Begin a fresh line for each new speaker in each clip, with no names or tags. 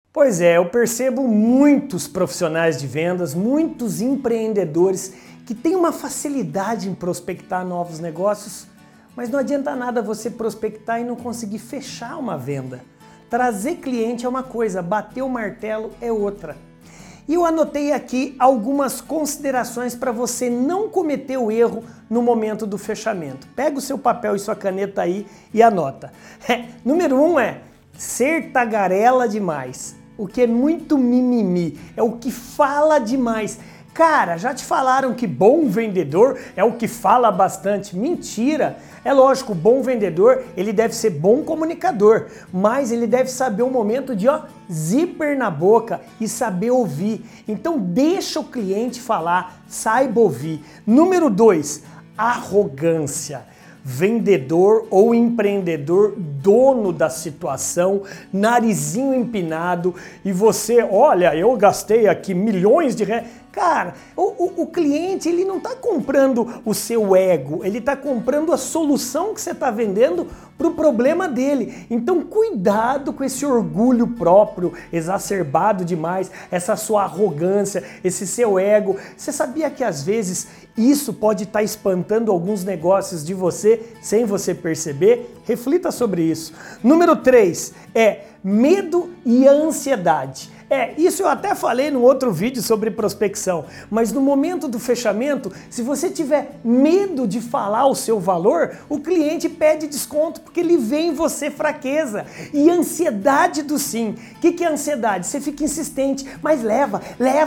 Pois é, eu percebo muitos profissionais de vendas, muitos empreendedores que têm uma facilidade em prospectar novos negócios, mas não adianta nada você prospectar e não conseguir fechar uma venda. Trazer cliente é uma coisa, bater o martelo é outra. E eu anotei aqui algumas considerações para você não cometer o erro no momento do fechamento. Pega o seu papel e sua caneta aí e anota. Número 1 é ser tagarela demais. O que é muito mimimi, é o que fala demais. Cara, já te falaram que bom vendedor é o que fala bastante. Mentira! É lógico, o bom vendedor, ele deve ser bom comunicador, mas ele deve saber o momento de zíper na boca e saber ouvir. Então deixa o cliente falar, saiba ouvir. Número 2, arrogância. Vendedor ou empreendedor, dono da situação, narizinho empinado e você, olha, eu gastei aqui milhões de reais. Cara, o cliente ele não está comprando o seu ego, ele está comprando a solução que você está vendendo para o problema dele. Então cuidado com esse orgulho próprio exacerbado demais, essa sua arrogância, esse seu ego. Você sabia que às vezes isso pode estar espantando alguns negócios de você sem você perceber? Reflita sobre isso. Número 3 é medo e ansiedade. Isso eu até falei no outro vídeo sobre prospecção, mas no momento do fechamento, se você tiver medo de falar o seu valor, o cliente pede desconto porque ele vê em você fraqueza. E ansiedade do sim. O que é ansiedade? Você fica insistente, mas leva.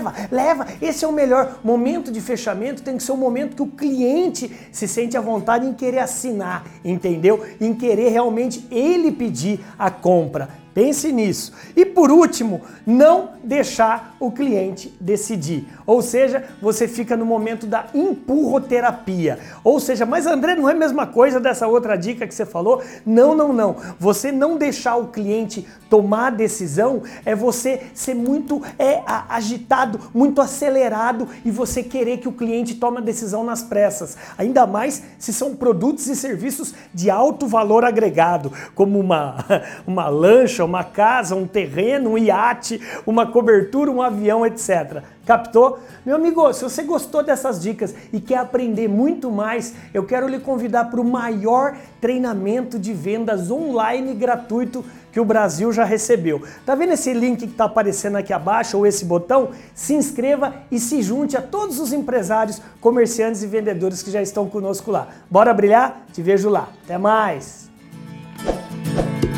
Esse é o melhor momento de fechamento, tem que ser o momento que o cliente se sente à vontade em querer assinar, entendeu? Em querer realmente ele pedir a compra. Pense nisso. E por último, não deixar o cliente decidir. Ou seja, você fica no momento da empurroterapia. Ou seja, mas André, não é a mesma coisa dessa outra dica que você falou? Não. Você não deixar o cliente tomar a decisão é você ser muito agitado, muito acelerado e você querer que o cliente tome a decisão nas pressas. Ainda mais se são produtos e serviços de alto valor agregado, como uma lancha, uma casa, um terreno, um iate, uma cobertura, um avião, etc. Captou? Meu amigo, se você gostou dessas dicas e quer aprender muito mais, eu quero lhe convidar para o maior treinamento de vendas online gratuito que o Brasil já recebeu. Tá vendo esse link que está aparecendo aqui abaixo ou esse botão? Se inscreva e se junte a todos os empresários, comerciantes e vendedores que já estão conosco lá. Bora brilhar? Te vejo lá. Até mais!